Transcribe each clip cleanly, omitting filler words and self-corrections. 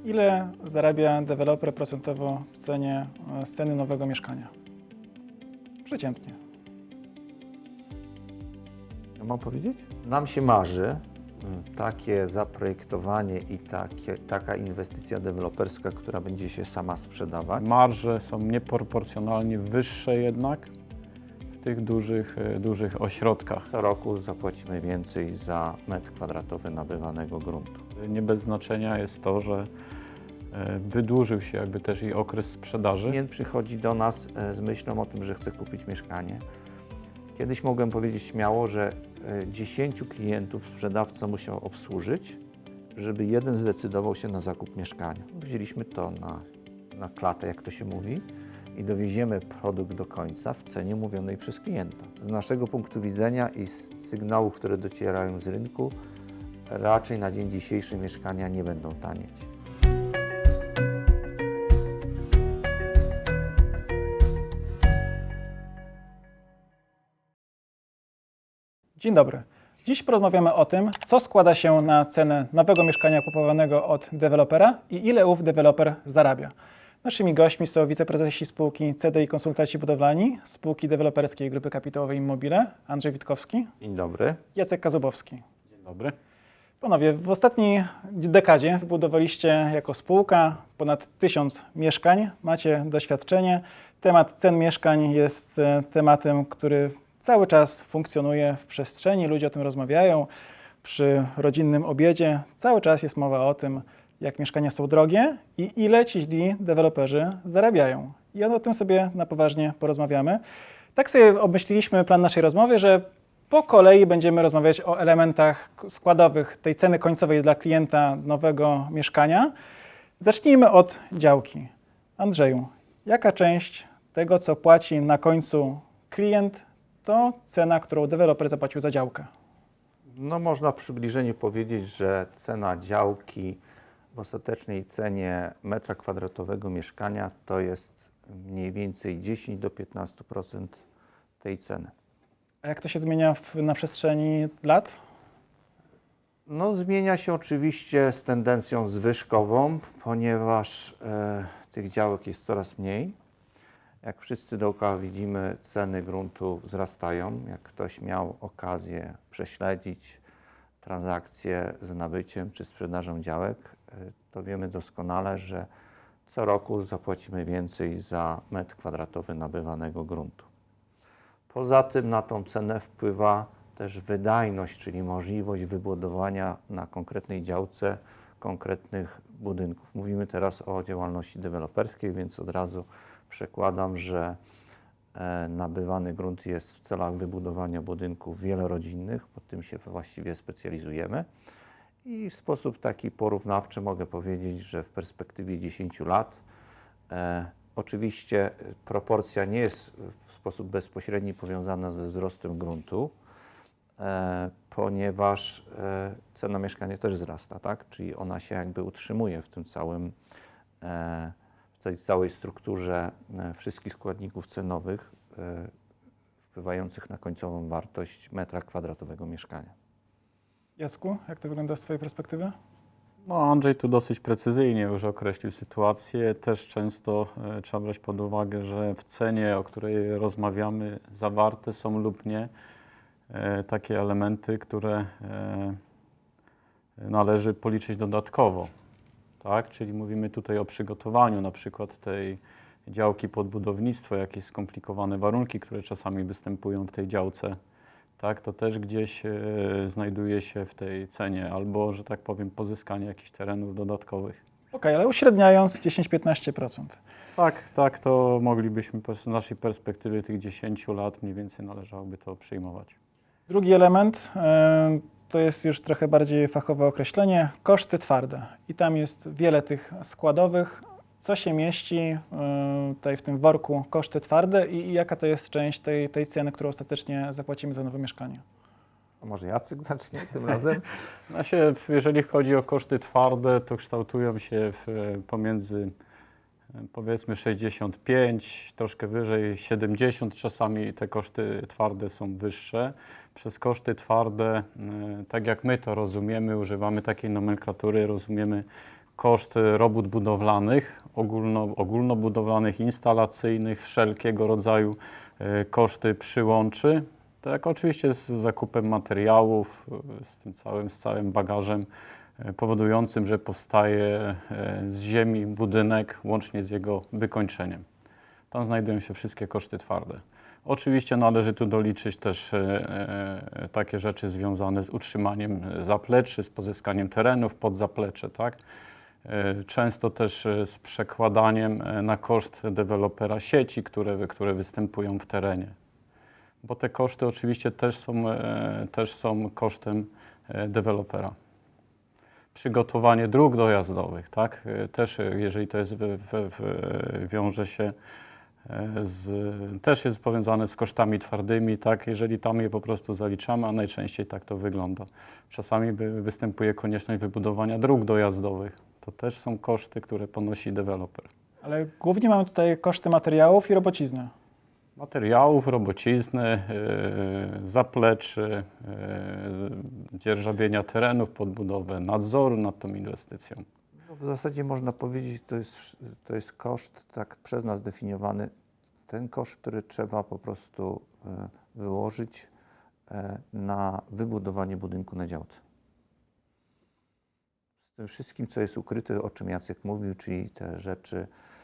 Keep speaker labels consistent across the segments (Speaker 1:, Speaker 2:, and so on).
Speaker 1: Ile zarabia deweloper procentowo w cenie z ceny nowego mieszkania? Przeciętnie.
Speaker 2: Ja mam powiedzieć? Nam się marzy takie zaprojektowanie i taka inwestycja deweloperska, która będzie się sama sprzedawać.
Speaker 3: Marże są nieproporcjonalnie wyższe jednak w tych dużych ośrodkach.
Speaker 2: Co roku zapłacimy więcej za metr kwadratowy nabywanego gruntu.
Speaker 3: Nie bez znaczenia jest to, że wydłużył się jakby też i okres sprzedaży.
Speaker 2: Klient przychodzi do nas z myślą o tym, że chce kupić mieszkanie. Kiedyś mogłem powiedzieć śmiało, że 10 klientów sprzedawca musiał obsłużyć, żeby jeden zdecydował się na zakup mieszkania. Wzięliśmy to na klatę, jak to się mówi, i dowieziemy produkt do końca w cenie mówionej przez klienta. Z naszego punktu widzenia i z sygnałów, które docierają z rynku, raczej na dzień dzisiejszy mieszkania nie będą tanieć.
Speaker 1: Dzień dobry. Dziś porozmawiamy o tym, co składa się na cenę nowego mieszkania kupowanego od dewelopera i ile ów deweloper zarabia. Naszymi gośćmi są wiceprezesi spółki CDI Konsultanci Budowlani, spółki deweloperskiej Grupy Kapitałowej Immobile, Andrzej Witkowski,
Speaker 2: Dzień dobry.
Speaker 1: Jacek Kazubowski.
Speaker 3: Dzień dobry.
Speaker 1: Panowie, w ostatniej dekadzie wybudowaliście jako spółka ponad 1000 mieszkań, macie doświadczenie. Temat cen mieszkań jest tematem, który cały czas funkcjonuje w przestrzeni, ludzie o tym rozmawiają. Przy rodzinnym obiedzie cały czas jest mowa o tym, jak mieszkania są drogie i ile ci źli deweloperzy zarabiają. I o tym sobie na poważnie porozmawiamy. Tak sobie obmyśliliśmy plan naszej rozmowy, że po kolei będziemy rozmawiać o elementach składowych tej ceny końcowej dla klienta nowego mieszkania. Zacznijmy od działki. Andrzeju, jaka część tego, co płaci na końcu klient, to cena, którą deweloper zapłacił za działkę?
Speaker 2: No, można w przybliżeniu powiedzieć, że cena działki w ostatecznej cenie metra kwadratowego mieszkania to jest mniej więcej 10 do 15% tej ceny.
Speaker 1: A jak to się zmienia na przestrzeni lat?
Speaker 2: No, zmienia się oczywiście z tendencją zwyżkową, ponieważ tych działek jest coraz mniej. Jak wszyscy dookoła widzimy, ceny gruntu wzrastają. Jak ktoś miał okazję prześledzić transakcje z nabyciem czy sprzedażą działek, to wiemy doskonale, że co roku zapłacimy więcej za metr kwadratowy nabywanego gruntu. Poza tym na tą cenę wpływa też wydajność, czyli możliwość wybudowania na konkretnej działce konkretnych budynków. Mówimy teraz o działalności deweloperskiej, więc od razu przekładam, że nabywany grunt jest w celach wybudowania budynków wielorodzinnych, pod tym się właściwie specjalizujemy. I w sposób taki porównawczy mogę powiedzieć, że w perspektywie 10 lat oczywiście proporcja nie jest w sposób bezpośredni powiązana ze wzrostem gruntu, ponieważ cena mieszkania też wzrasta, tak? Czyli ona się jakby utrzymuje w tym całym, w tej całej strukturze wszystkich składników cenowych wpływających na końcową wartość metra kwadratowego mieszkania.
Speaker 1: Jacku, jak to wygląda z twojej perspektywy?
Speaker 3: No, Andrzej tu dosyć precyzyjnie już określił sytuację. Też często trzeba brać pod uwagę, że w cenie, o której rozmawiamy, zawarte są lub nie takie elementy, które należy policzyć dodatkowo. Tak? Czyli mówimy tutaj o przygotowaniu na przykład tej działki pod budownictwo, jakieś skomplikowane warunki, które czasami występują w tej działce. Tak, to też gdzieś znajduje się w tej cenie, albo, że tak powiem, pozyskanie jakichś terenów dodatkowych.
Speaker 1: Okej, ale uśredniając 10-15%.
Speaker 3: Tak, to moglibyśmy z naszej perspektywy tych 10 lat mniej więcej należałoby to przyjmować.
Speaker 1: Drugi element to jest już trochę bardziej fachowe określenie, koszty twarde. I tam jest wiele tych składowych. Co się mieści tutaj w tym worku koszty twarde i jaka to jest część tej ceny, którą ostatecznie zapłacimy za nowe mieszkanie?
Speaker 2: A może Jacek zacznie tym razem?
Speaker 3: Jeżeli chodzi o koszty twarde, to kształtują się pomiędzy powiedzmy 65, troszkę wyżej 70, czasami te koszty twarde są wyższe. Przez koszty twarde, tak jak my to rozumiemy, używamy takiej nomenklatury, rozumiemy koszt robót budowlanych, ogólnobudowlanych, instalacyjnych, wszelkiego rodzaju koszty przyłączy. Tak, oczywiście z zakupem materiałów, z całym bagażem powodującym, że powstaje z ziemi budynek łącznie z jego wykończeniem. Tam znajdują się wszystkie koszty twarde. Oczywiście należy tu doliczyć też takie rzeczy związane z utrzymaniem zapleczy, z pozyskaniem terenów pod zaplecze, tak? Często też z przekładaniem na koszt dewelopera sieci, które występują w terenie. Bo te koszty oczywiście też są kosztem dewelopera. Przygotowanie dróg dojazdowych, tak? Też jeżeli to jest wiąże się też jest powiązane z kosztami twardymi, tak? Jeżeli tam je po prostu zaliczamy, a najczęściej tak to wygląda. Czasami występuje konieczność wybudowania dróg dojazdowych. To też są koszty, które ponosi deweloper.
Speaker 1: Ale głównie mamy tutaj koszty materiałów i robocizny.
Speaker 3: Materiałów, robocizny, zapleczy, dzierżawienia terenów pod budowę, nadzoru nad tą inwestycją.
Speaker 2: No, w zasadzie można powiedzieć, to jest koszt tak przez nas definiowany, ten koszt, który trzeba po prostu wyłożyć na wybudowanie budynku na działce. Z tym wszystkim, co jest ukryte, o czym Jacek mówił, czyli te rzeczy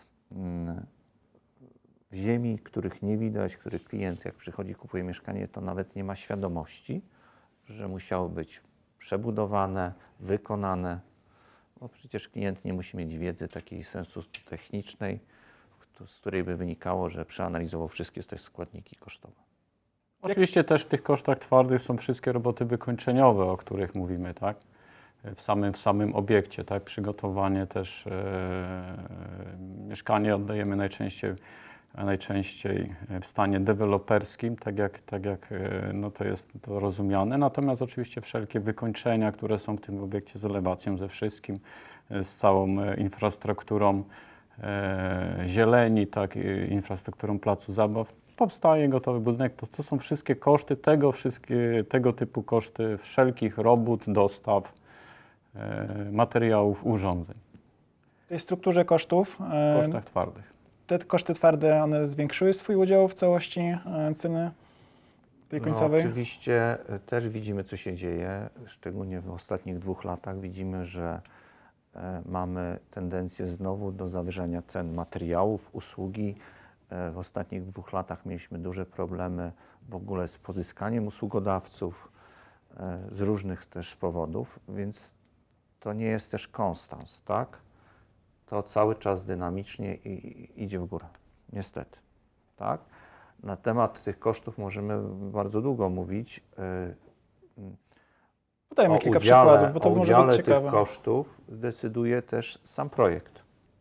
Speaker 2: w ziemi, których nie widać, których klient, jak przychodzi, kupuje mieszkanie, to nawet nie ma świadomości, że musiało być przebudowane, wykonane. Bo przecież klient nie musi mieć wiedzy takiej sensu technicznej, z której by wynikało, że przeanalizował wszystkie te składniki kosztowe.
Speaker 3: Oczywiście też w tych kosztach twardych są wszystkie roboty wykończeniowe, o których mówimy, tak? W samym obiekcie, tak? Przygotowanie też, mieszkanie oddajemy najczęściej w stanie deweloperskim, tak jak no to jest to rozumiane. Natomiast oczywiście wszelkie wykończenia, które są w tym obiekcie z elewacją, ze wszystkim, z całą infrastrukturą zieleni, tak, infrastrukturą placu zabaw, powstaje gotowy budynek. To są wszystkie koszty tego typu koszty wszelkich robót, dostaw, materiałów, urządzeń.
Speaker 1: W tej strukturze kosztów,
Speaker 3: W kosztach twardych.
Speaker 1: te koszty twarde, one zwiększyły swój udział w całości ceny tej końcowej?
Speaker 2: No, oczywiście też widzimy, co się dzieje, szczególnie w ostatnich 2 latach. Widzimy, że mamy tendencję znowu do zawyżania cen materiałów, usługi. W ostatnich 2 latach mieliśmy duże problemy w ogóle z pozyskaniem usługodawców z różnych też powodów, więc to nie jest też konstans, tak? To cały czas dynamicznie idzie w górę, niestety, tak? Na temat tych kosztów możemy bardzo długo mówić.
Speaker 1: Podajmy kilka przykładów, bo to
Speaker 2: o
Speaker 1: może
Speaker 2: udziale
Speaker 1: być
Speaker 2: tych
Speaker 1: ciekawe.
Speaker 2: kosztów decyduje też sam projekt.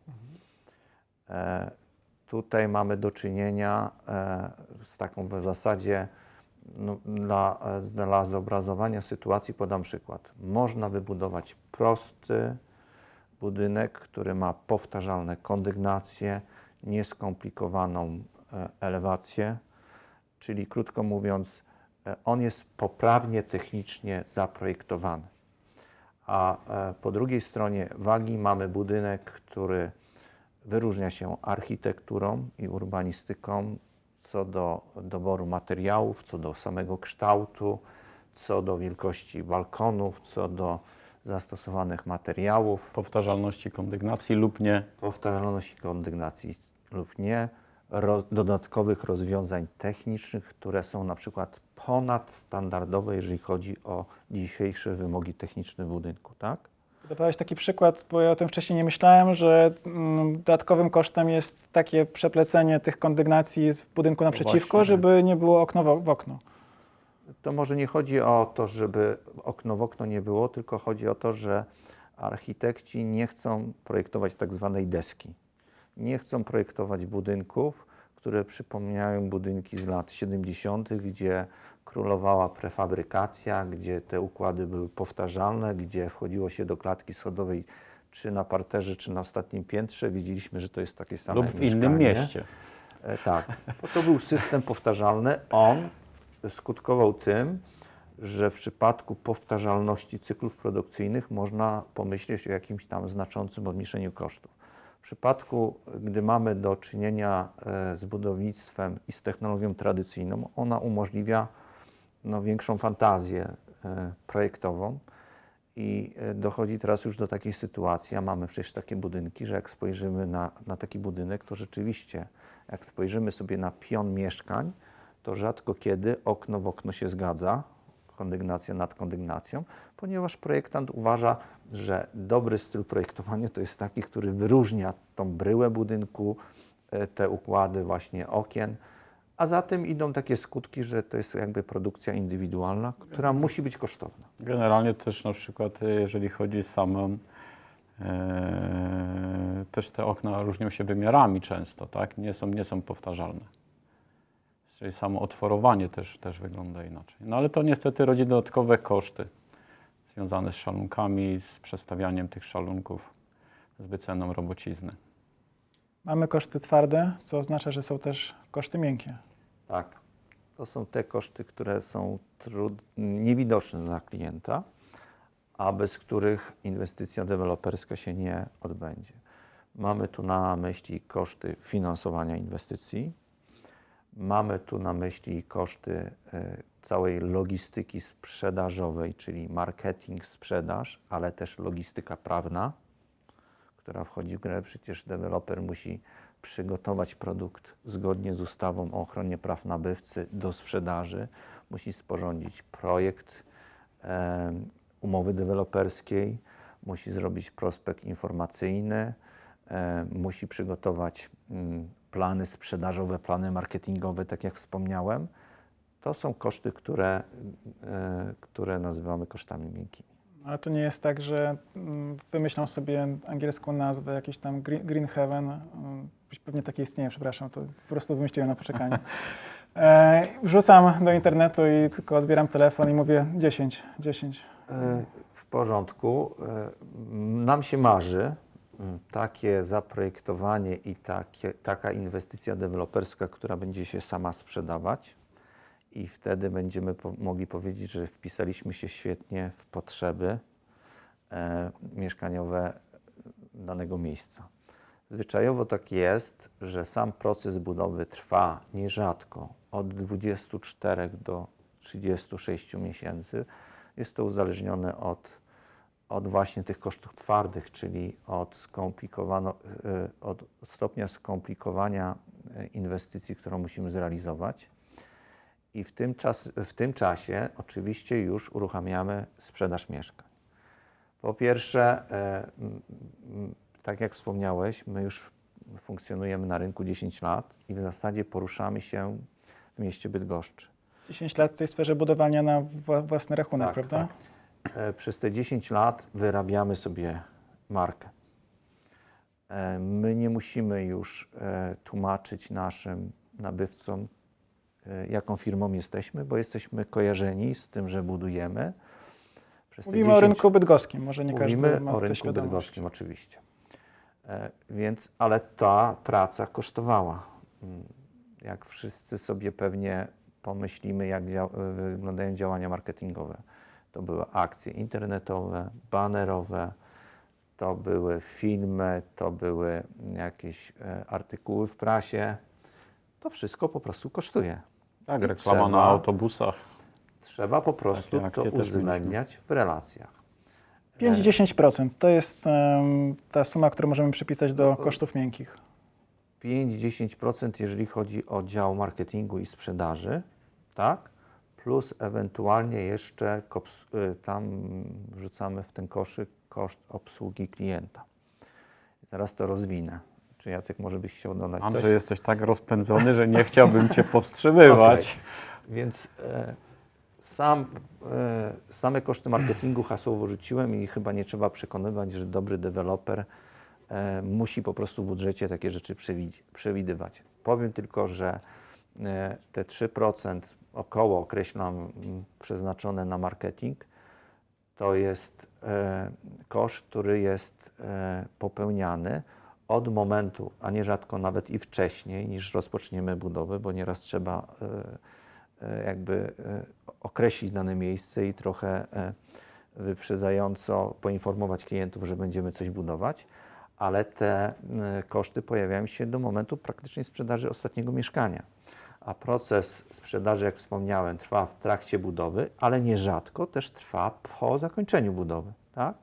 Speaker 2: Tutaj mamy do czynienia z taką w zasadzie, no, dla zobrazowania sytuacji podam przykład. Można wybudować prosty budynek, który ma powtarzalne kondygnacje, nieskomplikowaną elewację, czyli krótko mówiąc, on jest poprawnie technicznie zaprojektowany. A po drugiej stronie wagi mamy budynek, który wyróżnia się architekturą i urbanistyką co do doboru materiałów, co do samego kształtu, co do wielkości balkonów, co do zastosowanych materiałów.
Speaker 3: Powtarzalności kondygnacji lub nie.
Speaker 2: Powtarzalności kondygnacji lub nie, dodatkowych rozwiązań technicznych, które są na przykład ponadstandardowe, jeżeli chodzi o dzisiejsze wymogi techniczne budynku, tak?
Speaker 1: Podawałeś taki przykład, bo ja o tym wcześniej nie myślałem, że dodatkowym kosztem jest takie przeplecenie tych kondygnacji z budynku naprzeciwko,
Speaker 3: właśnie.
Speaker 1: żeby nie było okno w okno.
Speaker 2: To może nie chodzi o to, żeby okno w okno nie było, tylko chodzi o to, że architekci nie chcą projektować tak zwanej deski. Nie chcą projektować budynków, które przypominają budynki z lat 70., gdzie królowała prefabrykacja, gdzie te układy były powtarzalne, gdzie wchodziło się do klatki schodowej czy na parterze, czy na ostatnim piętrze. Widzieliśmy, że to jest takie same
Speaker 3: Lub w
Speaker 2: mieszkanie.
Speaker 3: innym mieście.
Speaker 2: Tak, bo to był system powtarzalny. On skutkował tym, że w przypadku powtarzalności cyklów produkcyjnych można pomyśleć o jakimś tam znaczącym obniżeniu kosztów. W przypadku, gdy mamy do czynienia z budownictwem i z technologią tradycyjną, ona umożliwia większą fantazję projektową i dochodzi teraz już do takiej sytuacji, a mamy przecież takie budynki, że jak spojrzymy na taki budynek, to rzeczywiście, jak spojrzymy sobie na pion mieszkań, to rzadko kiedy okno w okno się zgadza, kondygnacja nad kondygnacją, ponieważ projektant uważa, że dobry styl projektowania to jest taki, który wyróżnia tą bryłę budynku, te układy właśnie okien, a za tym idą takie skutki, że to jest jakby produkcja indywidualna, która musi być kosztowna.
Speaker 3: Generalnie też na przykład, jeżeli chodzi samą, też te okna różnią się wymiarami często, tak? Nie są powtarzalne. Czyli samo otworowanie też wygląda inaczej. No ale to niestety rodzi dodatkowe koszty związane z szalunkami, z przestawianiem tych szalunków, z wyceną robocizny.
Speaker 1: Mamy koszty twarde, co oznacza, że są też koszty miękkie.
Speaker 2: Tak, to są te koszty, które są niewidoczne dla klienta, a bez których inwestycja deweloperska się nie odbędzie. Mamy tu na myśli koszty finansowania inwestycji, mamy tu na myśli koszty całej logistyki sprzedażowej, czyli marketing, sprzedaż, ale też logistyka prawna, która wchodzi w grę. Przecież deweloper musi przygotować produkt zgodnie z ustawą o ochronie praw nabywcy do sprzedaży, musi sporządzić projekt umowy deweloperskiej, musi zrobić prospekt informacyjny, musi przygotować plany sprzedażowe, plany marketingowe, tak jak wspomniałem. To są koszty, które nazywamy kosztami miękkimi.
Speaker 1: Ale to nie jest tak, że wymyślą sobie angielską nazwę, jakiś tam Green Heaven, pewnie takie istnieje, przepraszam, to po prostu wymyśliłem na poczekanie. Wrzucam do internetu i tylko odbieram telefon i mówię 10.
Speaker 2: W porządku. Nam się marzy takie zaprojektowanie i taka inwestycja deweloperska, która będzie się sama sprzedawać i wtedy będziemy mogli powiedzieć, że wpisaliśmy się świetnie w potrzeby mieszkaniowe danego miejsca. Zwyczajowo tak jest, że sam proces budowy trwa nierzadko od 24 do 36 miesięcy. Jest to uzależnione od właśnie tych kosztów twardych, czyli od stopnia skomplikowania inwestycji, którą musimy zrealizować. I w tym czasie oczywiście już uruchamiamy sprzedaż mieszkań. Po pierwsze, tak jak wspomniałeś, my już funkcjonujemy na rynku 10 lat i w zasadzie poruszamy się w mieście Bydgoszczy.
Speaker 1: 10 lat w tej sferze budowania na własny rachunek,
Speaker 2: Tak,
Speaker 1: prawda?
Speaker 2: tak. Przez te 10 lat wyrabiamy sobie markę. My nie musimy już tłumaczyć naszym nabywcom, jaką firmą jesteśmy, bo jesteśmy kojarzeni z tym, że budujemy.
Speaker 1: Mówimy o rynku bydgoskim, może nie każdy
Speaker 2: Mówimy
Speaker 1: ma
Speaker 2: o
Speaker 1: tę
Speaker 2: rynku
Speaker 1: świadomość.
Speaker 2: bydgoskim oczywiście. Ale ta praca kosztowała. Jak wszyscy sobie pewnie pomyślimy, jak wyglądają działania marketingowe. To były akcje internetowe, banerowe, to były filmy, to były jakieś artykuły w prasie. To wszystko po prostu kosztuje.
Speaker 3: Tak,
Speaker 2: I
Speaker 3: reklama na autobusach.
Speaker 2: Trzeba po prostu
Speaker 3: Takie
Speaker 2: to
Speaker 3: akcje też
Speaker 2: uwzględniać w relacjach.
Speaker 1: 5-10% to jest ta suma, którą możemy przypisać do kosztów miękkich.
Speaker 2: 5-10%, jeżeli chodzi o dział marketingu i sprzedaży, tak? Plus ewentualnie jeszcze tam wrzucamy w ten koszyk koszt obsługi klienta. Zaraz to rozwinę. Czy Jacek, może byś chciał dodać coś?
Speaker 3: Andrzej, jesteś tak rozpędzony, że nie chciałbym Cię powstrzymywać.
Speaker 2: Okay. Więc same koszty marketingu hasłowo rzuciłem i chyba nie trzeba przekonywać, że dobry deweloper musi po prostu w budżecie takie rzeczy przewidywać. Powiem tylko, że te 3% około, określam, przeznaczone na marketing, to jest koszt, który jest popełniany od momentu, a nierzadko nawet i wcześniej, niż rozpoczniemy budowę, bo nieraz trzeba jakby określić dane miejsce i trochę wyprzedzająco poinformować klientów, że będziemy coś budować, ale te koszty pojawiają się do momentu praktycznej sprzedaży ostatniego mieszkania. A proces sprzedaży, jak wspomniałem, trwa w trakcie budowy, ale nierzadko też trwa po zakończeniu budowy. Tak?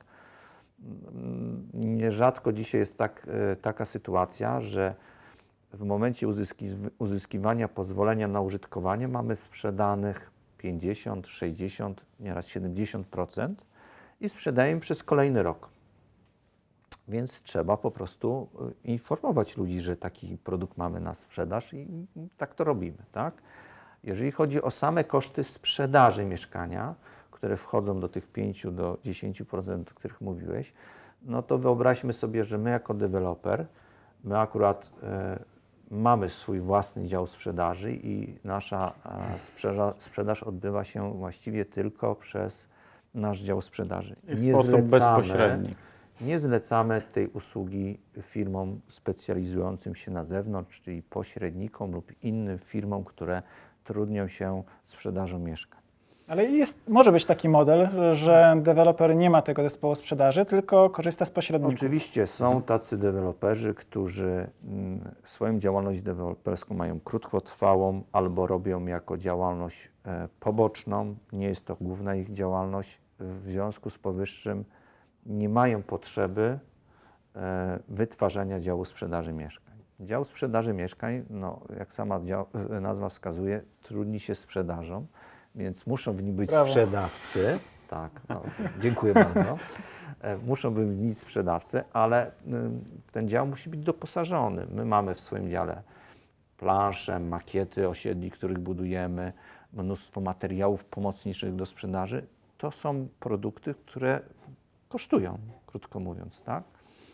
Speaker 2: Nierzadko dzisiaj jest taka sytuacja, że w momencie uzyskiwania pozwolenia na użytkowanie mamy sprzedanych 50, 60, nieraz 70% i sprzedajemy przez kolejny rok. Więc trzeba po prostu informować ludzi, że taki produkt mamy na sprzedaż i tak to robimy. Tak? Jeżeli chodzi o same koszty sprzedaży mieszkania, które wchodzą do tych 5 do 10%, o których mówiłeś, no to wyobraźmy sobie, że my jako deweloper, my akurat mamy swój własny dział sprzedaży i nasza sprzedaż odbywa się właściwie tylko przez nasz dział sprzedaży.
Speaker 3: W sposób bezpośredni.
Speaker 2: Nie zlecamy tej usługi firmom specjalizującym się na zewnątrz, czyli pośrednikom lub innym firmom, które trudnią się sprzedażą mieszkań.
Speaker 1: Ale może być taki model, że deweloper nie ma tego zespołu sprzedaży, tylko korzysta z pośredników.
Speaker 2: Oczywiście są tacy deweloperzy, którzy swoją działalność deweloperską mają krótkotrwałą albo robią jako działalność poboczną. Nie jest to główna ich działalność. W związku z powyższym nie mają potrzeby wytwarzania działu sprzedaży mieszkań. Dział sprzedaży mieszkań, no, jak sama nazwa wskazuje, trudni się sprzedażą, więc muszą w nim być sprzedawcy. Tak, no, dziękuję bardzo. Muszą być w nim sprzedawcy, ale ten dział musi być doposażony. My mamy w swoim dziale plansze, makiety osiedli, których budujemy, mnóstwo materiałów pomocniczych do sprzedaży. To są produkty, które kosztują, krótko mówiąc, tak?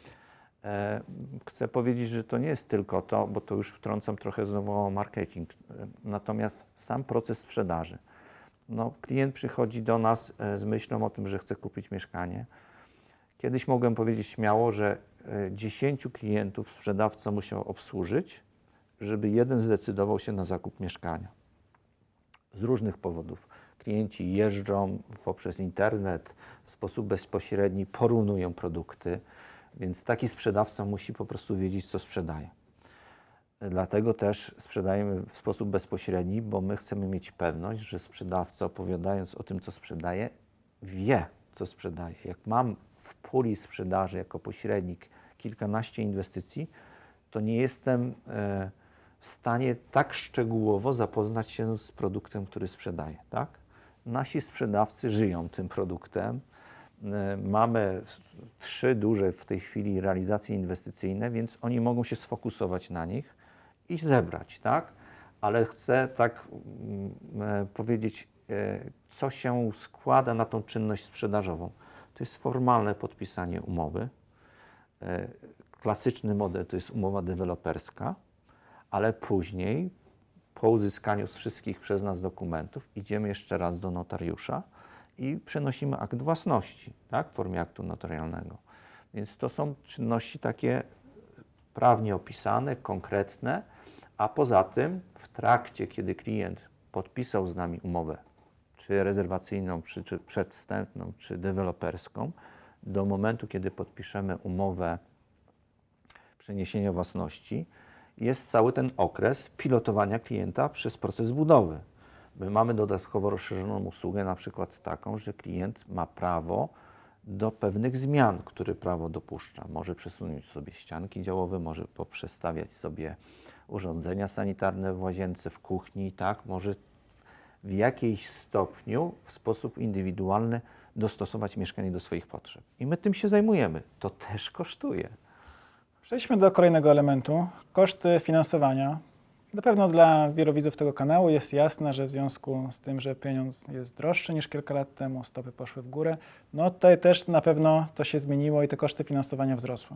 Speaker 2: Chcę powiedzieć, że to nie jest tylko to, bo to już wtrącam trochę znowu o marketing, natomiast sam proces sprzedaży. No, klient przychodzi do nas z myślą o tym, że chce kupić mieszkanie. Kiedyś mogłem powiedzieć śmiało, że 10 klientów sprzedawca musiał obsłużyć, żeby jeden zdecydował się na zakup mieszkania. Z różnych powodów. Klienci jeżdżą poprzez internet, w sposób bezpośredni porównują produkty, więc taki sprzedawca musi po prostu wiedzieć, co sprzedaje. Dlatego też sprzedajemy w sposób bezpośredni, bo my chcemy mieć pewność, że sprzedawca, opowiadając o tym, co sprzedaje, wie, co sprzedaje. Jak mam w puli sprzedaży jako pośrednik kilkanaście inwestycji, to nie jestem w stanie tak szczegółowo zapoznać się z produktem, który sprzedaję. Tak? Nasi sprzedawcy żyją tym produktem. Mamy 3 duże w tej chwili realizacje inwestycyjne, więc oni mogą się sfokusować na nich i zebrać, tak? Ale chcę tak powiedzieć, co się składa na tą czynność sprzedażową. To jest formalne podpisanie umowy. Klasyczny model to jest umowa deweloperska, ale później, po uzyskaniu z wszystkich przez nas dokumentów, idziemy jeszcze raz do notariusza i przenosimy akt własności, tak, w formie aktu notarialnego. Więc to są czynności takie prawnie opisane, konkretne, a poza tym w trakcie, kiedy klient podpisał z nami umowę, czy rezerwacyjną, czy przedwstępną, czy deweloperską, do momentu, kiedy podpiszemy umowę przeniesienia własności, jest cały ten okres pilotowania klienta przez proces budowy. My mamy dodatkowo rozszerzoną usługę, na przykład taką, że klient ma prawo do pewnych zmian, które prawo dopuszcza. Może przesunąć sobie ścianki działowe, może poprzestawiać sobie urządzenia sanitarne w łazience, w kuchni, tak? Może w jakimś stopniu, w sposób indywidualny dostosować mieszkanie do swoich potrzeb. I my tym się zajmujemy. To też kosztuje.
Speaker 1: Przejdźmy do kolejnego elementu, koszty finansowania. Na pewno dla wielu widzów tego kanału jest jasne, że w związku z tym, że pieniądz jest droższy niż kilka lat temu, stopy poszły w górę, no tutaj też na pewno to się zmieniło i te koszty finansowania wzrosły.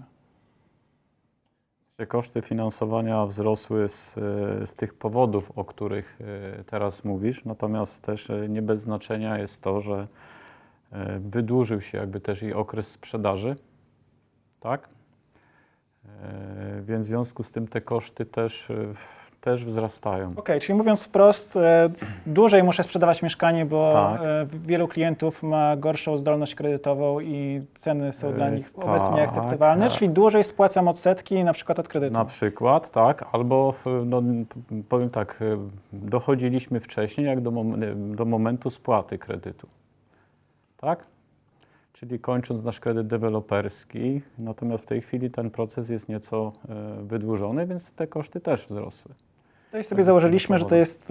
Speaker 3: Koszty finansowania wzrosły z tych powodów, o których teraz mówisz, natomiast też nie bez znaczenia jest to, że wydłużył się jakby też i okres sprzedaży, tak? Więc w związku z tym te koszty też też wzrastają.
Speaker 1: Okej, czyli mówiąc wprost, dłużej muszę sprzedawać mieszkanie, bo
Speaker 3: Tak.
Speaker 1: wielu klientów ma gorszą zdolność kredytową i ceny są dla nich obecnie
Speaker 3: tak,
Speaker 1: nieakceptowalne,
Speaker 3: tak.
Speaker 1: czyli dłużej spłacam odsetki na przykład od kredytu.
Speaker 3: Na przykład, tak, albo no, powiem tak, dochodziliśmy wcześniej jak do momentu spłaty kredytu. Tak? Czyli kończąc nasz kredyt deweloperski, natomiast w tej chwili ten proces jest nieco wydłużony, więc te koszty też wzrosły.
Speaker 1: Tutaj sobie założyliśmy, że to jest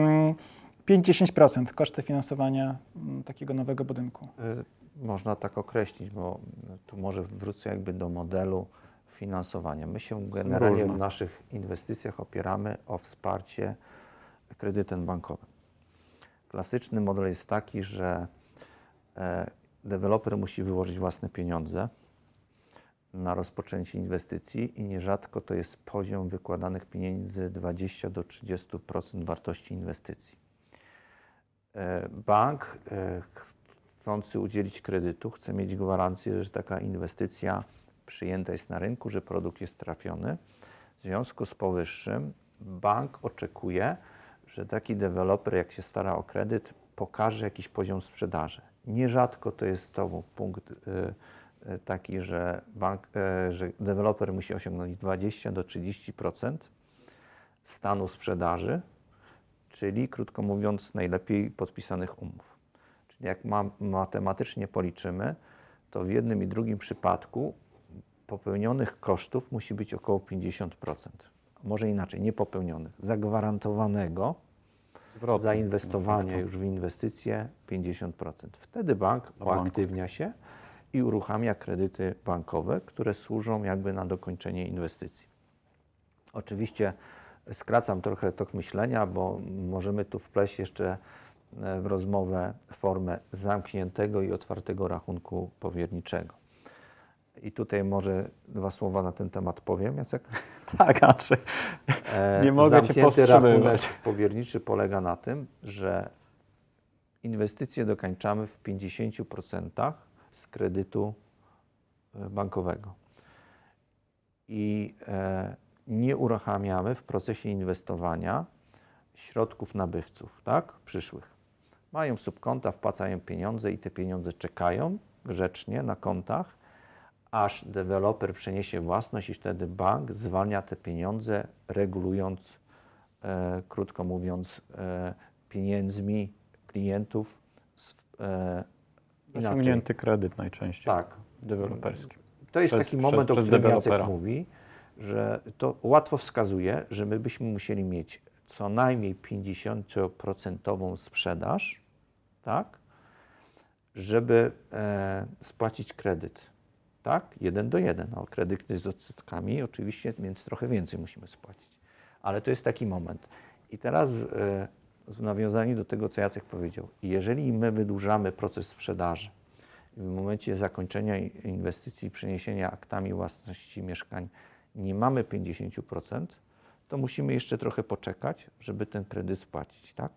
Speaker 1: 5-10% koszty finansowania takiego nowego budynku.
Speaker 2: Można tak określić, bo tu może wrócę jakby do modelu finansowania. My się generalnie
Speaker 3: Różne.
Speaker 2: w naszych inwestycjach opieramy o wsparcie kredytem bankowym. Klasyczny model jest taki, że deweloper musi wyłożyć własne pieniądze na rozpoczęcie inwestycji i nierzadko to jest poziom wykładanych pieniędzy 20 do 30% wartości inwestycji. Bank chcący udzielić kredytu chce mieć gwarancję, że taka inwestycja przyjęta jest na rynku, że produkt jest trafiony. W związku z powyższym bank oczekuje, że taki deweloper, jak się stara o kredyt, pokaże jakiś poziom sprzedaży. Nierzadko to jest znowu punkt taki, że że deweloper musi osiągnąć 20 do 30% stanu sprzedaży, czyli krótko mówiąc najlepiej podpisanych umów. Czyli jak matematycznie policzymy, to w jednym i drugim przypadku popełnionych kosztów musi być około 50%. Może inaczej, nie popełnionych, zagwarantowanego
Speaker 3: Zwrotnie.
Speaker 2: zainwestowania już w inwestycje 50%. Wtedy bank uaktywnia się i uruchamia kredyty bankowe, które służą jakby na dokończenie inwestycji. Oczywiście skracam trochę tok myślenia, bo możemy tu wpleść jeszcze w rozmowę formę zamkniętego i otwartego rachunku powierniczego. I tutaj może 2 słowa na ten temat powiem, Jacek.
Speaker 3: Tak, Andrzej. Nie mogę Cię
Speaker 2: Zamknięty
Speaker 3: powstrzymywać.
Speaker 2: rachunek powierniczy polega na tym, że inwestycje dokańczamy w 50% z kredytu bankowego. I nie uruchamiamy w procesie inwestowania środków nabywców, tak? Przyszłych. Mają subkonta, wpłacają pieniądze i te pieniądze czekają grzecznie na kontach, aż deweloper przeniesie własność i wtedy bank zwalnia te pieniądze, regulując, krótko mówiąc, pieniędzmi klientów. Inaczej.
Speaker 3: Osiągnięty kredyt najczęściej.
Speaker 2: Tak.
Speaker 3: Deweloperski.
Speaker 2: To jest
Speaker 3: Przez-
Speaker 2: taki
Speaker 3: przez-
Speaker 2: moment, o
Speaker 3: przez
Speaker 2: którym Jacek
Speaker 3: dewelopera.
Speaker 2: mówi, że to łatwo wskazuje, że my byśmy musieli mieć co najmniej 50% sprzedaż, tak, żeby spłacić kredyt. Tak? 1 do 1. No, kredyt jest z odsetkami, oczywiście, więc trochę więcej musimy spłacić. Ale to jest taki moment. I teraz w nawiązaniu do tego, co Jacek powiedział, jeżeli my wydłużamy proces sprzedaży, w momencie zakończenia inwestycji i przeniesienia aktami własności mieszkań nie mamy 50%, to musimy jeszcze trochę poczekać, żeby ten kredyt spłacić, tak?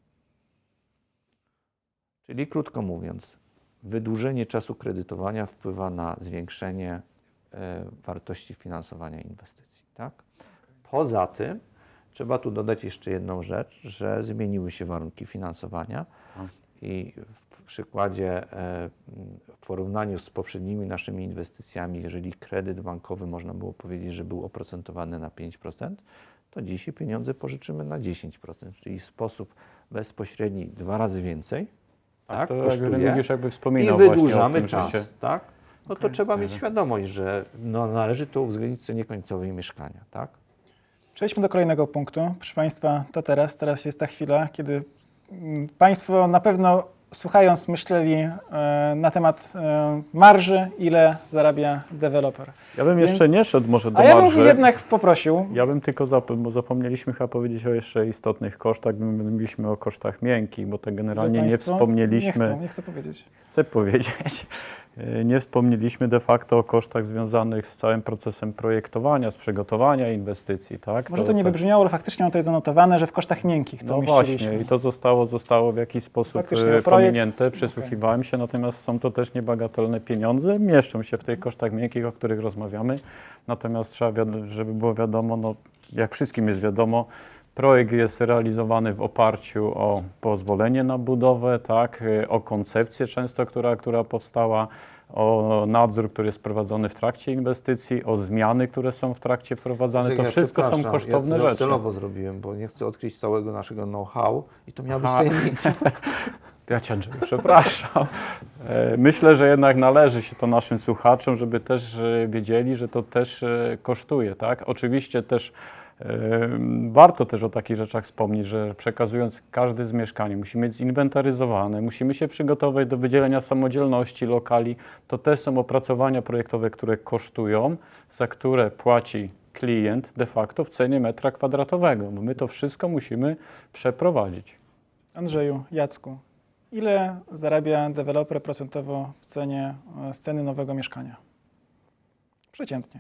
Speaker 2: Czyli krótko mówiąc, wydłużenie czasu kredytowania wpływa na zwiększenie wartości finansowania inwestycji, tak? Poza tym trzeba tu dodać jeszcze jedną rzecz, że zmieniły się warunki finansowania i w przykładzie, w porównaniu z poprzednimi naszymi inwestycjami, jeżeli kredyt bankowy można było powiedzieć, że był oprocentowany na 5%, to dzisiaj pieniądze pożyczymy na 10%, czyli w sposób bezpośredni 2 razy więcej. Tak,
Speaker 3: to
Speaker 2: kosztuje
Speaker 3: Remigiusz jakby
Speaker 2: i
Speaker 3: wspominał właśnie o
Speaker 2: wydłużamy
Speaker 3: tym, że
Speaker 2: czas,
Speaker 3: się-
Speaker 2: tak? No to trzeba mieć świadomość, że no, należy to uwzględnić w cenie końcowej mieszkania, tak?
Speaker 1: Przejdźmy do kolejnego punktu. Proszę Państwa, to teraz jest ta chwila, kiedy Państwo na pewno słuchając myśleli na temat marży, ile zarabia deweloper.
Speaker 3: Ja bym
Speaker 1: Więc-
Speaker 3: jeszcze nie szedł może do
Speaker 1: A ja
Speaker 3: marży.
Speaker 1: bym jednak poprosił,
Speaker 3: Ja bym tylko, bo zapomnieliśmy chyba powiedzieć o jeszcze istotnych kosztach, mówiliśmy o kosztach miękkich, bo tak generalnie
Speaker 1: że
Speaker 3: nie
Speaker 1: państwo-
Speaker 3: wspomnieliśmy.
Speaker 1: Nie chcę powiedzieć.
Speaker 3: Chcę powiedzieć, nie wspomnieliśmy de facto o kosztach związanych z całym procesem projektowania, z przygotowania inwestycji, tak?
Speaker 1: Może to nie wybrzmiało, ale faktycznie mam tutaj zanotowane, że w kosztach miękkich to
Speaker 3: No
Speaker 1: umieściliśmy.
Speaker 3: właśnie, i to zostało w jakiś sposób
Speaker 1: Faktycznie, projekt-
Speaker 3: pominięte, przysłuchiwałem się, natomiast są to też niebagatelne pieniądze, mieszczą się w tych kosztach miękkich, o których rozmawiamy, natomiast trzeba, żeby było wiadomo, no, jak wszystkim jest wiadomo, projekt jest realizowany w oparciu o pozwolenie na budowę, tak, o koncepcję często, która powstała, o nadzór, który jest prowadzony w trakcie inwestycji, o zmiany, które są w trakcie wprowadzane. To
Speaker 2: Ja
Speaker 3: wszystko są
Speaker 2: przepraszam,
Speaker 3: kosztowne
Speaker 2: ja
Speaker 3: rzeczy.
Speaker 2: celowo zrobiłem, bo nie chcę odkryć całego naszego know-how i to miała być
Speaker 3: Aha.
Speaker 2: tajemnica.
Speaker 3: Ja Cię, Andrzej, przepraszam. Myślę, że jednak należy się to naszym słuchaczom, żeby też wiedzieli, że to też kosztuje, tak? Oczywiście też warto też o takich rzeczach wspomnieć, że przekazując każde z mieszkań, musi mieć zinwentaryzowane, musimy się przygotować do wydzielenia samodzielności lokali. To też są opracowania projektowe, które kosztują, za które płaci klient de facto w cenie metra kwadratowego, bo my to wszystko musimy przeprowadzić.
Speaker 1: Andrzeju, Jacku, ile zarabia deweloper procentowo w cenie z ceny nowego mieszkania? Przeciętnie.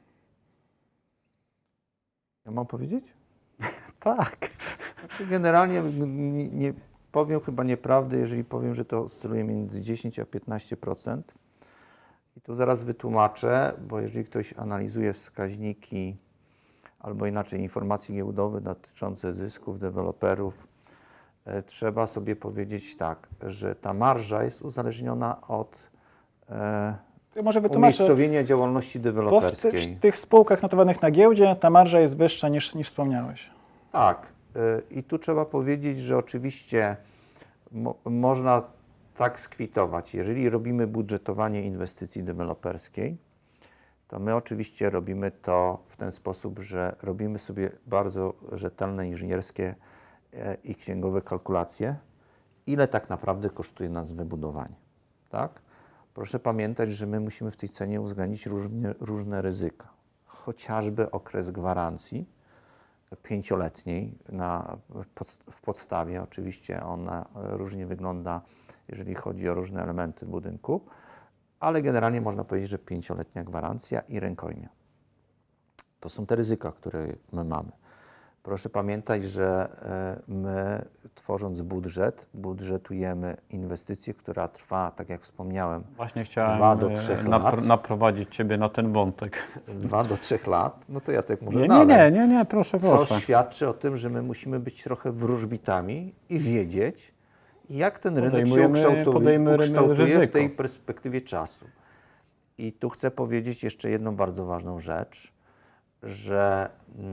Speaker 2: Ja mam powiedzieć?
Speaker 3: Tak.
Speaker 2: Znaczy generalnie nie powiem chyba nieprawdy, jeżeli powiem, że to oscyluje między 10 a 15%. I tu zaraz wytłumaczę, bo jeżeli ktoś analizuje wskaźniki albo inaczej informacje giełdowe dotyczące zysków deweloperów, trzeba sobie powiedzieć tak, że ta marża jest uzależniona od
Speaker 1: To może wytłumaczę,
Speaker 2: umiejscowienia działalności
Speaker 1: bo w
Speaker 2: deweloperskiej.
Speaker 1: tych spółkach notowanych na giełdzie ta marża jest wyższa niż wspomniałeś.
Speaker 2: Tak. I tu trzeba powiedzieć, że oczywiście można tak skwitować. Jeżeli robimy budżetowanie inwestycji deweloperskiej, to my oczywiście robimy to w ten sposób, że robimy sobie bardzo rzetelne inżynierskie i księgowe kalkulacje, ile tak naprawdę kosztuje nas wybudowanie. Tak? Proszę pamiętać, że my musimy w tej cenie uwzględnić różne ryzyka. Chociażby okres gwarancji 5-letniej w podstawie. Oczywiście ona różnie wygląda, jeżeli chodzi o różne elementy budynku, ale generalnie można powiedzieć, że 5-letnia gwarancja i rękojmia. To są te ryzyka, które my mamy. Proszę pamiętać, że my tworząc budżet, budżetujemy inwestycję, która trwa, tak jak wspomniałem,
Speaker 3: Właśnie chciałem
Speaker 2: 2 do 3 lat.
Speaker 3: naprowadzić Ciebie na ten wątek.
Speaker 2: 2 do 3 lat. No to Jacek może
Speaker 3: Nie,
Speaker 2: dalej.
Speaker 3: nie, proszę,
Speaker 2: Co
Speaker 3: proszę.
Speaker 2: świadczy o tym, że my musimy być trochę wróżbitami i wiedzieć, jak ten rynek się
Speaker 3: Podejmujemy
Speaker 2: ukształtuje w
Speaker 3: ryzyko.
Speaker 2: tej perspektywie czasu. I tu chcę powiedzieć jeszcze jedną bardzo ważną rzecz, że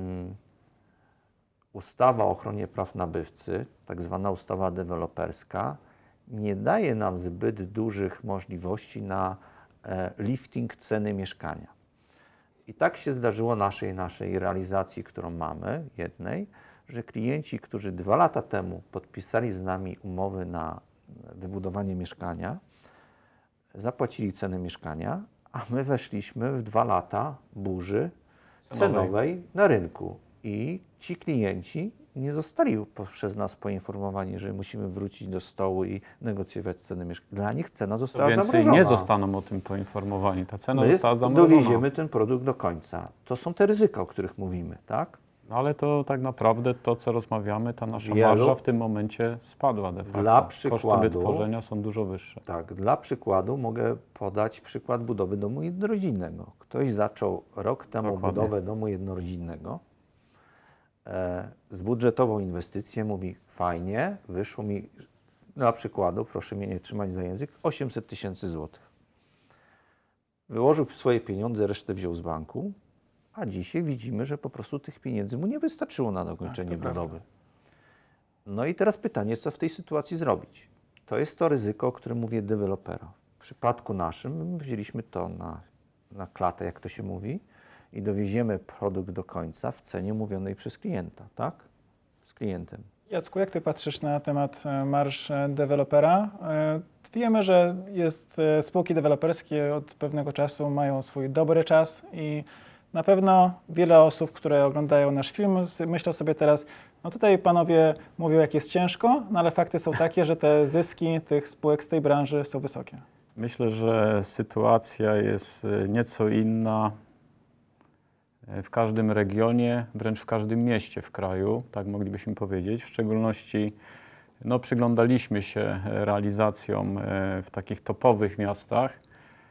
Speaker 2: ustawa o ochronie praw nabywcy, tak zwana ustawa deweloperska, nie daje nam zbyt dużych możliwości na lifting ceny mieszkania. I tak się zdarzyło naszej realizacji, którą mamy, jednej, że klienci, którzy 2 lata temu podpisali z nami umowy na wybudowanie mieszkania, zapłacili cenę mieszkania, a my weszliśmy w 2 lata burzy cenowej na rynku. I ci klienci nie zostali przez nas poinformowani, że musimy wrócić do stołu i negocjować cenę mieszkania. Dla nich cena została
Speaker 3: Więcej
Speaker 2: zamrożona.
Speaker 3: nie zostaną o tym poinformowani. Ta cena
Speaker 2: My
Speaker 3: została zamrożona.
Speaker 2: dowieziemy ten produkt do końca. To są te ryzyka, o których mówimy, tak?
Speaker 3: No ale to tak naprawdę to, co rozmawiamy, ta nasza
Speaker 2: Wielu-
Speaker 3: marża w tym momencie spadła de facto.
Speaker 2: Dla
Speaker 3: Koszty
Speaker 2: przykładu-
Speaker 3: wytworzenia są dużo wyższe.
Speaker 2: Tak, dla przykładu mogę podać przykład budowy domu jednorodzinnego. Ktoś zaczął rok temu
Speaker 3: Dokładnie.
Speaker 2: budowę domu jednorodzinnego, zbudżetował inwestycję, mówi fajnie, wyszło mi, dla przykładu, proszę mnie nie trzymać za język, 800 000 złotych. Wyłożył swoje pieniądze, resztę wziął z banku, a dzisiaj widzimy, że po prostu tych pieniędzy mu nie wystarczyło na dokończenie
Speaker 1: to prawda.
Speaker 2: budowy. No i teraz pytanie, co w tej sytuacji zrobić? To jest to ryzyko, o którym mówię dewelopera. W przypadku naszym wzięliśmy to na klatę, jak to się mówi, i dowieziemy produkt do końca w cenie umówionej przez klienta, tak? Z klientem.
Speaker 1: Jacku, jak Ty patrzysz na temat marż dewelopera? Wiemy, że spółki deweloperskie od pewnego czasu mają swój dobry czas i na pewno wiele osób, które oglądają nasz film, myślą sobie teraz, no tutaj panowie mówią, jak jest ciężko, no ale fakty są takie, że te zyski tych spółek z tej branży są wysokie.
Speaker 3: Myślę, że sytuacja jest nieco inna w każdym regionie, wręcz w każdym mieście w kraju, tak moglibyśmy powiedzieć. W szczególności przyglądaliśmy się realizacjom w takich topowych miastach,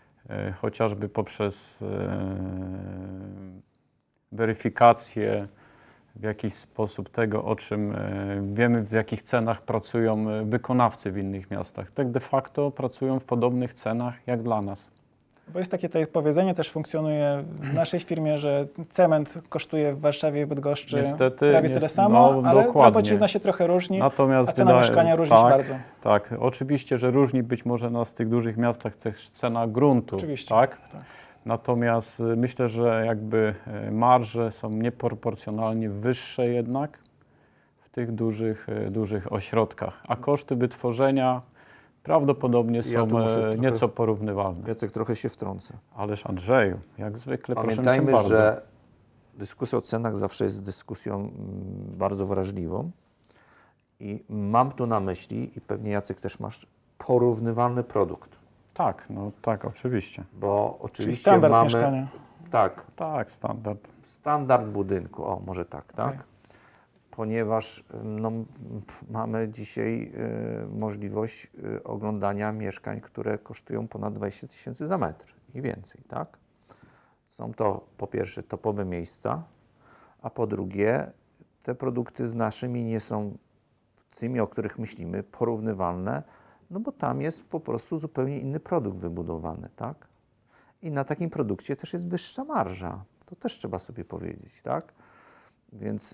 Speaker 3: chociażby poprzez weryfikację w jakiś sposób tego, o czym wiemy, w jakich cenach pracują wykonawcy w innych miastach. Tak de facto pracują w podobnych cenach jak dla nas.
Speaker 1: Bo jest takie tutaj powiedzenie, też funkcjonuje w naszej firmie, że cement kosztuje w Warszawie i Bydgoszczy
Speaker 3: Niestety,
Speaker 1: prawie tyle samo, ale
Speaker 3: dokładnie.
Speaker 1: robocizna się trochę różni,
Speaker 3: Natomiast
Speaker 1: a cena mieszkania różni się bardzo.
Speaker 3: Tak, oczywiście, że różni być może nas w tych dużych miastach też cena gruntu.
Speaker 1: Oczywiście.
Speaker 3: Tak?
Speaker 1: Tak.
Speaker 3: Natomiast myślę, że jakby marże są nieproporcjonalnie wyższe jednak w tych dużych ośrodkach, a koszty wytworzenia prawdopodobnie
Speaker 2: Ja
Speaker 3: są
Speaker 2: tu muszę trochę-
Speaker 3: nieco porównywalne.
Speaker 2: Jacek, trochę się wtrącę.
Speaker 3: Ależ Andrzeju, jak zwykle proszę cię
Speaker 2: Pamiętajmy,
Speaker 3: bardzo.
Speaker 2: że dyskusja o cenach zawsze jest dyskusją bardzo wrażliwą i mam tu na myśli, i pewnie Jacek też masz, porównywalny produkt.
Speaker 3: Tak, no tak, oczywiście.
Speaker 2: Bo
Speaker 1: Czyli
Speaker 2: oczywiście
Speaker 1: standard
Speaker 2: mamy
Speaker 1: mieszkania.
Speaker 2: tak,
Speaker 3: Tak, standard.
Speaker 2: standard budynku, o może tak, tak?
Speaker 1: Okej.
Speaker 2: Ponieważ no, mamy dzisiaj możliwość oglądania mieszkań, które kosztują ponad 20 000 za metr i więcej, tak? Są to po pierwsze topowe miejsca, a po drugie te produkty z naszymi nie są tymi, o których myślimy, porównywalne, no bo tam jest po prostu zupełnie inny produkt wybudowany, tak? I na takim produkcie też jest wyższa marża. To też trzeba sobie powiedzieć, tak? Więc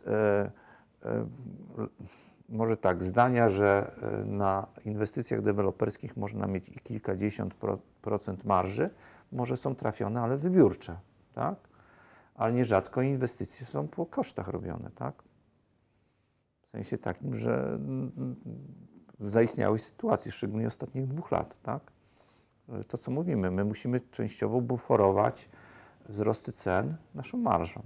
Speaker 2: może tak, zdania, że na inwestycjach deweloperskich można mieć i kilkadziesiąt procent marży, może są trafione, ale wybiórcze, tak? Ale nierzadko inwestycje są po kosztach robione, tak? W sensie takim, że w zaistniałej sytuacji, szczególnie ostatnich 2 lat, tak? To, co mówimy, my musimy częściowo buforować wzrosty cen naszą marżą.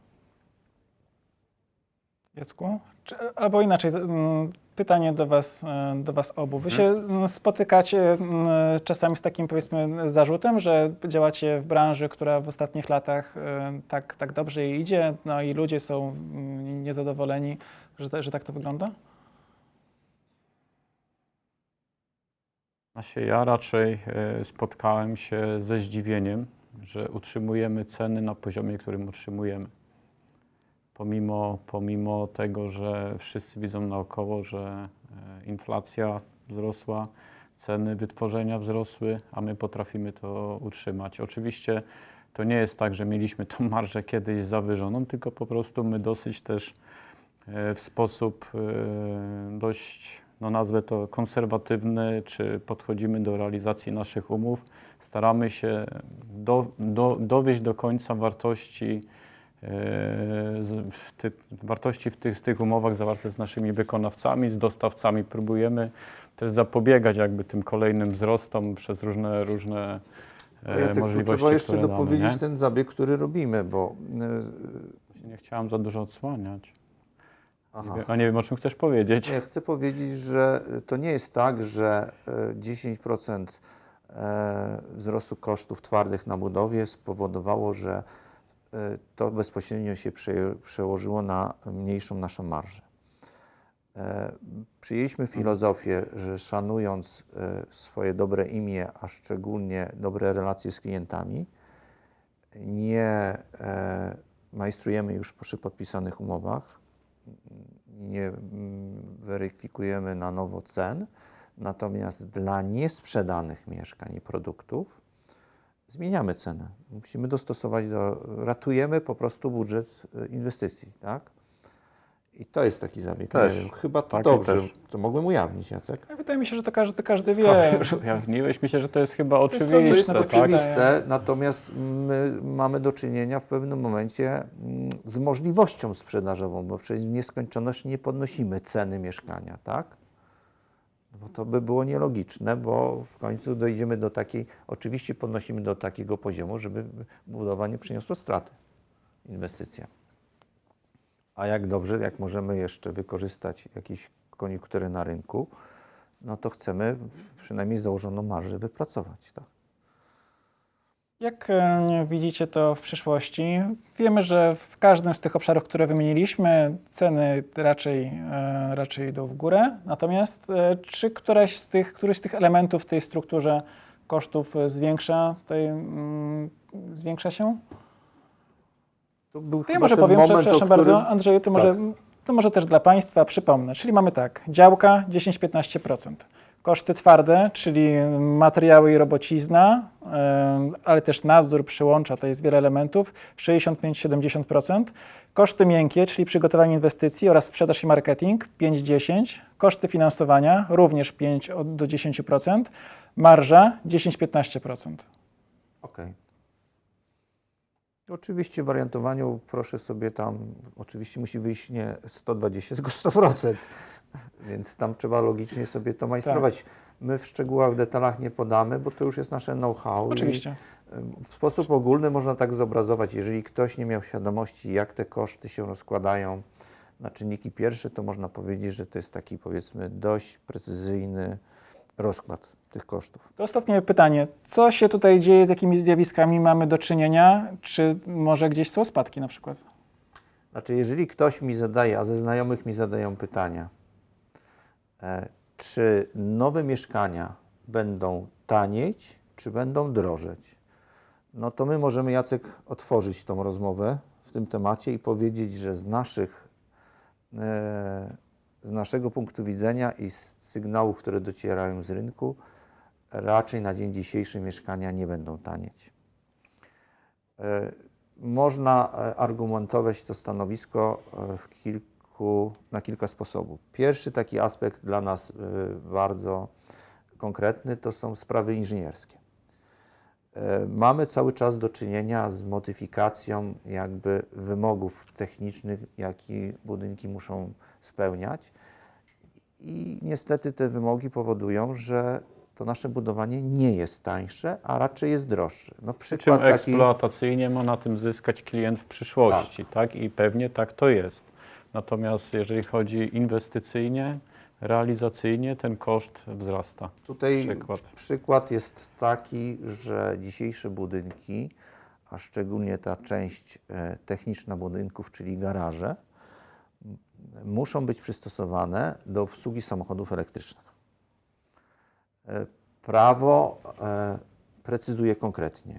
Speaker 1: Jacku? Albo inaczej, pytanie do was obu. Wy się spotykacie czasami z takim, powiedzmy, zarzutem, że działacie w branży, która w ostatnich latach tak dobrze jej idzie, no i ludzie są niezadowoleni, że tak to wygląda?
Speaker 3: Ja raczej spotkałem się ze zdziwieniem, że utrzymujemy ceny na poziomie, którym utrzymujemy. Pomimo tego, że wszyscy widzą naokoło, że inflacja wzrosła, ceny wytworzenia wzrosły, a my potrafimy to utrzymać. Oczywiście to nie jest tak, że mieliśmy tą marżę kiedyś zawyżoną, tylko po prostu my dosyć też w sposób dość, no nazwę to konserwatywny, czy podchodzimy do realizacji naszych umów, staramy się dowieść do końca wartości w tych umowach zawarte z naszymi wykonawcami, z dostawcami. Próbujemy też zapobiegać jakby tym kolejnym wzrostom przez różne
Speaker 2: Jacek,
Speaker 3: możliwości,
Speaker 2: trzeba jeszcze
Speaker 3: które
Speaker 2: dopowiedzieć
Speaker 3: damy, nie?
Speaker 2: ten zabieg, który robimy, bo
Speaker 3: Nie chciałem za dużo odsłaniać.
Speaker 2: aha.
Speaker 3: A nie wiem, o czym chcesz powiedzieć.
Speaker 2: Ja chcę powiedzieć, że to nie jest tak, że 10% wzrostu kosztów twardych na budowie spowodowało, że to bezpośrednio się przełożyło na mniejszą naszą marżę. Przyjęliśmy filozofię, że szanując swoje dobre imię, a szczególnie dobre relacje z klientami, nie majstrujemy już przy podpisanych umowach, nie weryfikujemy na nowo cen, natomiast dla niesprzedanych mieszkań i produktów zmieniamy cenę. Musimy dostosować ratujemy po prostu budżet inwestycji, tak? I to jest taki zabieg.
Speaker 3: Też.
Speaker 2: Nie wiem, chyba to
Speaker 3: Tak,
Speaker 2: dobrze.
Speaker 3: też.
Speaker 2: To mogłem ujawnić, Jacek.
Speaker 1: Wydaje mi się, że to każdy wie.
Speaker 3: Ujawniłeś, myślę, że to jest chyba
Speaker 1: jest
Speaker 3: oczywiste.
Speaker 1: logiczne,
Speaker 2: To
Speaker 1: tak?
Speaker 2: oczywiste, natomiast my mamy do czynienia w pewnym momencie z możliwością sprzedażową, bo przez nieskończoność nie podnosimy ceny mieszkania, tak? Bo to by było nielogiczne, bo w końcu dojdziemy do takiej, oczywiście podnosimy do takiego poziomu, żeby budowa nie przyniosła straty, inwestycja. A jak dobrze, jak możemy jeszcze wykorzystać jakieś koniunktury na rynku, no to chcemy przynajmniej założoną marżę wypracować, tak?
Speaker 1: Jak widzicie to w przyszłości? Wiemy, że w każdym z tych obszarów, które wymieniliśmy, ceny raczej idą w górę. Natomiast czy któryś z tych elementów w tej strukturze kosztów zwiększa się?
Speaker 2: To był
Speaker 1: To ja
Speaker 2: chyba
Speaker 1: może
Speaker 2: ten
Speaker 1: powiem,
Speaker 2: moment,
Speaker 1: przepraszam
Speaker 2: o którym...
Speaker 1: bardzo, Andrzeju, ty może To może też dla Państwa przypomnę, czyli mamy tak, działka 10-15%. Koszty twarde, czyli materiały i robocizna, ale też nadzór, przyłącza, to jest wiele elementów, 65-70%. Koszty miękkie, czyli przygotowanie inwestycji oraz sprzedaż i marketing, 5-10%. Koszty finansowania, również 5-10%. Marża, 10-15%.
Speaker 2: Okej. Oczywiście w wariantowaniu proszę sobie tam, oczywiście musi wyjść nie 120, tylko 100%, więc tam trzeba logicznie sobie to majstrować. My w szczegółach, w detalach nie podamy, bo to już jest nasze know-how.
Speaker 1: Oczywiście.
Speaker 2: W sposób ogólny można tak zobrazować, jeżeli ktoś nie miał świadomości, jak te koszty się rozkładają na czynniki pierwsze, to można powiedzieć, że to jest taki, powiedzmy, dość precyzyjny rozkład tych kosztów.
Speaker 1: To ostatnie pytanie. Co się tutaj dzieje, z jakimi zjawiskami mamy do czynienia? Czy może gdzieś są spadki na przykład?
Speaker 2: Znaczy, jeżeli ktoś mi zadaje, a ze znajomych mi zadają pytania, czy nowe mieszkania będą tanieć, czy będą drożeć, no to my możemy, Jacek, otworzyć tą rozmowę w tym temacie i powiedzieć, że z naszego punktu widzenia i z sygnałów, które docierają z rynku, raczej na dzień dzisiejszy mieszkania nie będą tanieć. Można argumentować to stanowisko na kilka sposobów. Pierwszy taki aspekt dla nas bardzo konkretny to są sprawy inżynierskie. Mamy cały czas do czynienia z modyfikacją jakby wymogów technicznych, jakie budynki muszą spełniać i niestety te wymogi powodują, że to nasze budowanie nie jest tańsze, a raczej jest droższe. No,
Speaker 3: Czym
Speaker 2: przykład taki,
Speaker 3: eksploatacyjnie ma na tym zyskać klient w przyszłości, tak? I pewnie tak to jest. Natomiast jeżeli chodzi inwestycyjnie, realizacyjnie, ten koszt wzrasta.
Speaker 2: tutaj
Speaker 3: Przykład.
Speaker 2: przykład jest taki, że dzisiejsze budynki, a szczególnie ta część techniczna budynków, czyli garaże, muszą być przystosowane do obsługi samochodów elektrycznych. Prawo precyzuje konkretnie,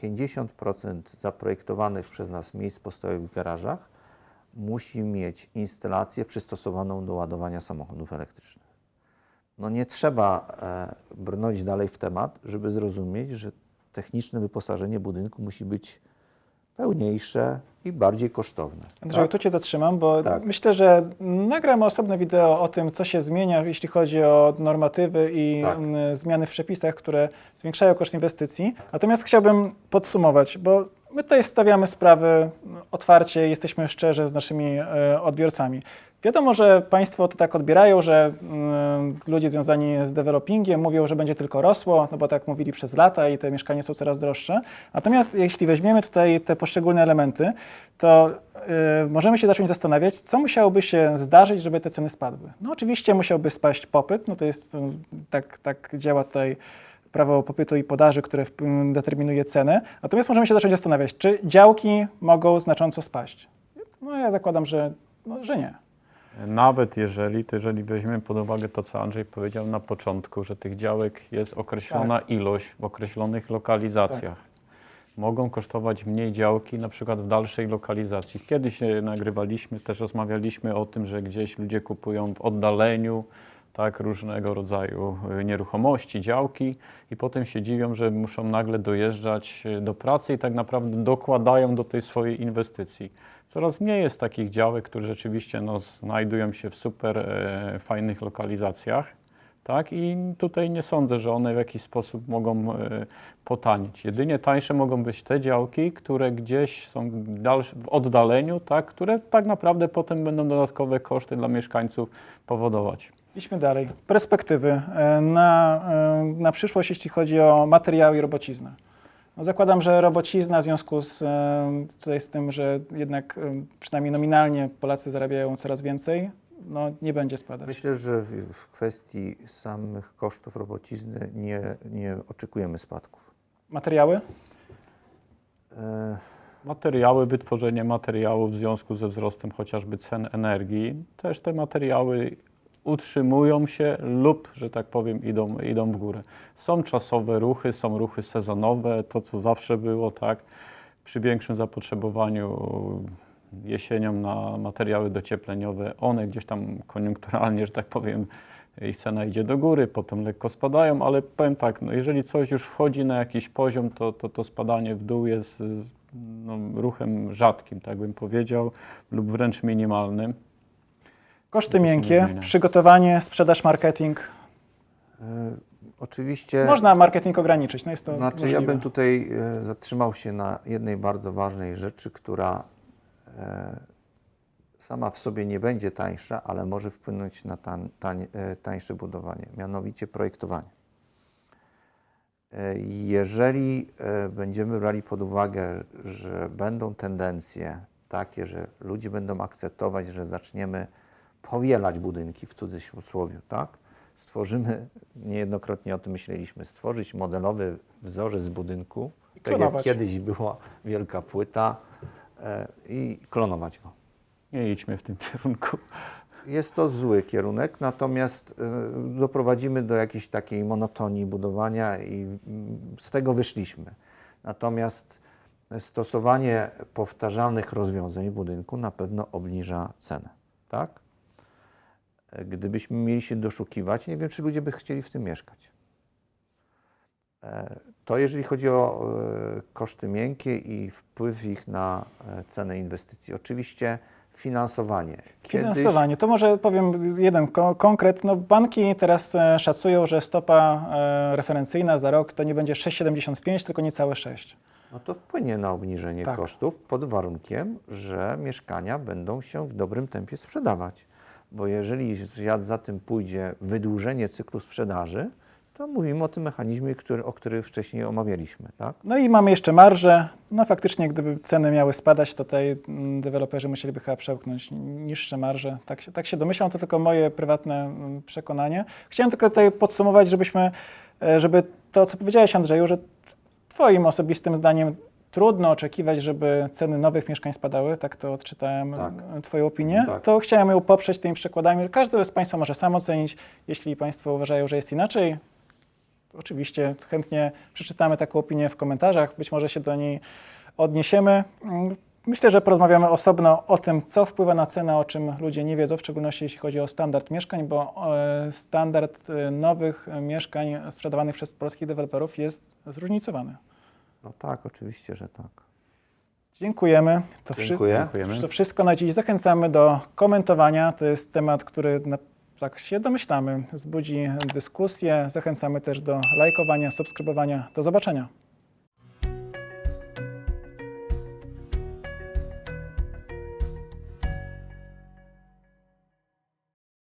Speaker 2: 50% zaprojektowanych przez nas miejsc postojowych w garażach musi mieć instalację przystosowaną do ładowania samochodów elektrycznych. No nie trzeba brnąć dalej w temat, żeby zrozumieć, że techniczne wyposażenie budynku musi być pełniejsze i bardziej kosztowne.
Speaker 1: Andrzeju, tu Cię zatrzymam, bo
Speaker 2: Tak.
Speaker 1: myślę, że nagramy osobne wideo o tym, co się zmienia, jeśli chodzi o normatywy i
Speaker 2: Tak.
Speaker 1: zmiany w przepisach, które zwiększają koszt inwestycji. Natomiast chciałbym podsumować, bo my tutaj stawiamy sprawy otwarcie, jesteśmy szczerzy z naszymi odbiorcami. Wiadomo, że Państwo to tak odbierają, że ludzie związani z developingiem mówią, że będzie tylko rosło, no bo tak mówili przez lata i te mieszkania są coraz droższe. Natomiast jeśli weźmiemy tutaj te poszczególne elementy, to możemy się zacząć zastanawiać, co musiałoby się zdarzyć, żeby te ceny spadły. No oczywiście musiałby spaść popyt, no to jest tak działa tutaj prawo popytu i podaży, które determinuje cenę. Natomiast możemy się zacząć zastanawiać, czy działki mogą znacząco spaść. No ja zakładam, że nie.
Speaker 3: Nawet jeżeli weźmiemy pod uwagę to, co Andrzej powiedział na początku, że tych działek jest określona ilość w określonych lokalizacjach. Mogą kosztować mniej działki, na przykład w dalszej lokalizacji. Kiedyś nagrywaliśmy, też rozmawialiśmy o tym, że gdzieś ludzie kupują w oddaleniu, tak, różnego rodzaju nieruchomości, działki i potem się dziwią, że muszą nagle dojeżdżać do pracy i tak naprawdę dokładają do tej swojej inwestycji. Coraz mniej jest takich działek, które rzeczywiście znajdują się w super fajnych lokalizacjach, tak, i tutaj nie sądzę, że one w jakiś sposób mogą potanieć. Jedynie tańsze mogą być te działki, które gdzieś są w oddaleniu, tak, które tak naprawdę potem będą dodatkowe koszty dla mieszkańców powodować.
Speaker 1: Idźmy dalej. Perspektywy na przyszłość, jeśli chodzi o materiały i robociznę. No zakładam, że robocizna w związku z tym, że jednak przynajmniej nominalnie Polacy zarabiają coraz więcej, no nie będzie spadać.
Speaker 2: Myślę, że w kwestii samych kosztów robocizny nie oczekujemy spadków.
Speaker 1: Materiały?
Speaker 3: Materiały, wytworzenie materiałów w związku ze wzrostem chociażby cen energii, też te materiały utrzymują się lub, że tak powiem, idą w górę. Są czasowe ruchy, są ruchy sezonowe, to co zawsze było, tak, przy większym zapotrzebowaniu jesienią na materiały dociepleniowe. One gdzieś tam koniunkturalnie, że tak powiem, ich cena idzie do góry, potem lekko spadają, ale powiem tak, no jeżeli coś już wchodzi na jakiś poziom, to spadanie w dół jest ruchem rzadkim, tak bym powiedział, lub wręcz minimalnym.
Speaker 1: Koszty
Speaker 3: To się nie
Speaker 1: miękkie,
Speaker 3: zmienia.
Speaker 1: przygotowanie, sprzedaż, marketing.
Speaker 2: Oczywiście.
Speaker 1: Można marketing ograniczyć, no jest to
Speaker 2: Znaczy,
Speaker 1: możliwe.
Speaker 2: ja bym tutaj zatrzymał się na jednej bardzo ważnej rzeczy, która sama w sobie nie będzie tańsza, ale może wpłynąć na tańsze budowanie, mianowicie projektowanie. Jeżeli będziemy brali pod uwagę, że będą tendencje takie, że ludzie będą akceptować, że zaczniemy powielać budynki, w cudzysłowie, tak? Stworzymy, niejednokrotnie o tym myśleliśmy, stworzyć modelowy wzorzec budynku, tak jak
Speaker 1: klonować.
Speaker 2: kiedyś była wielka płyta, i klonować go.
Speaker 3: Nie idźmy w tym kierunku.
Speaker 2: Jest to zły kierunek, natomiast doprowadzimy do jakiejś takiej monotonii budowania i z tego wyszliśmy. Natomiast stosowanie powtarzalnych rozwiązań w budynku na pewno obniża cenę, tak? Gdybyśmy mieli się doszukiwać, nie wiem, czy ludzie by chcieli w tym mieszkać. To jeżeli chodzi o koszty miękkie i wpływ ich na cenę inwestycji. Oczywiście finansowanie.
Speaker 1: Finansowanie. To może powiem jeden konkret. No, banki teraz szacują, że stopa referencyjna za rok to nie będzie 6,75, tylko niecałe 6.
Speaker 2: No to wpłynie na obniżenie
Speaker 1: Tak.
Speaker 2: kosztów pod warunkiem, że mieszkania będą się w dobrym tempie sprzedawać. Bo jeżeli za tym pójdzie wydłużenie cyklu sprzedaży, to mówimy o tym mechanizmie, o którym wcześniej omawialiśmy, tak?
Speaker 1: No i mamy jeszcze marżę. No faktycznie, gdyby ceny miały spadać, to tutaj deweloperzy musieliby chyba przełknąć niższe marże. Tak się domyślam, to tylko moje prywatne przekonanie. Chciałem tylko tutaj podsumować, żeby to, co powiedziałeś, Andrzeju, że Twoim osobistym zdaniem trudno oczekiwać, żeby ceny nowych mieszkań spadały, tak to odczytałem
Speaker 2: Tak.
Speaker 1: Twoją opinię,
Speaker 2: Tak.
Speaker 1: to chciałem ją poprzeć tymi przykładami. Każdy z Państwa może sam ocenić. Jeśli Państwo uważają, że jest inaczej, to oczywiście chętnie przeczytamy taką opinię w komentarzach, być może się do niej odniesiemy. Myślę, że porozmawiamy osobno o tym, co wpływa na cenę, o czym ludzie nie wiedzą, w szczególności jeśli chodzi o standard mieszkań, bo standard nowych mieszkań sprzedawanych przez polskich deweloperów jest zróżnicowany.
Speaker 2: No tak, oczywiście, że tak.
Speaker 1: Dziękujemy.
Speaker 2: Dziękuję.
Speaker 3: Dziękujemy.
Speaker 1: To wszystko na dziś. Zachęcamy do komentowania. To jest temat, który, tak się domyślamy, wzbudzi dyskusję. Zachęcamy też do lajkowania, subskrybowania. Do zobaczenia.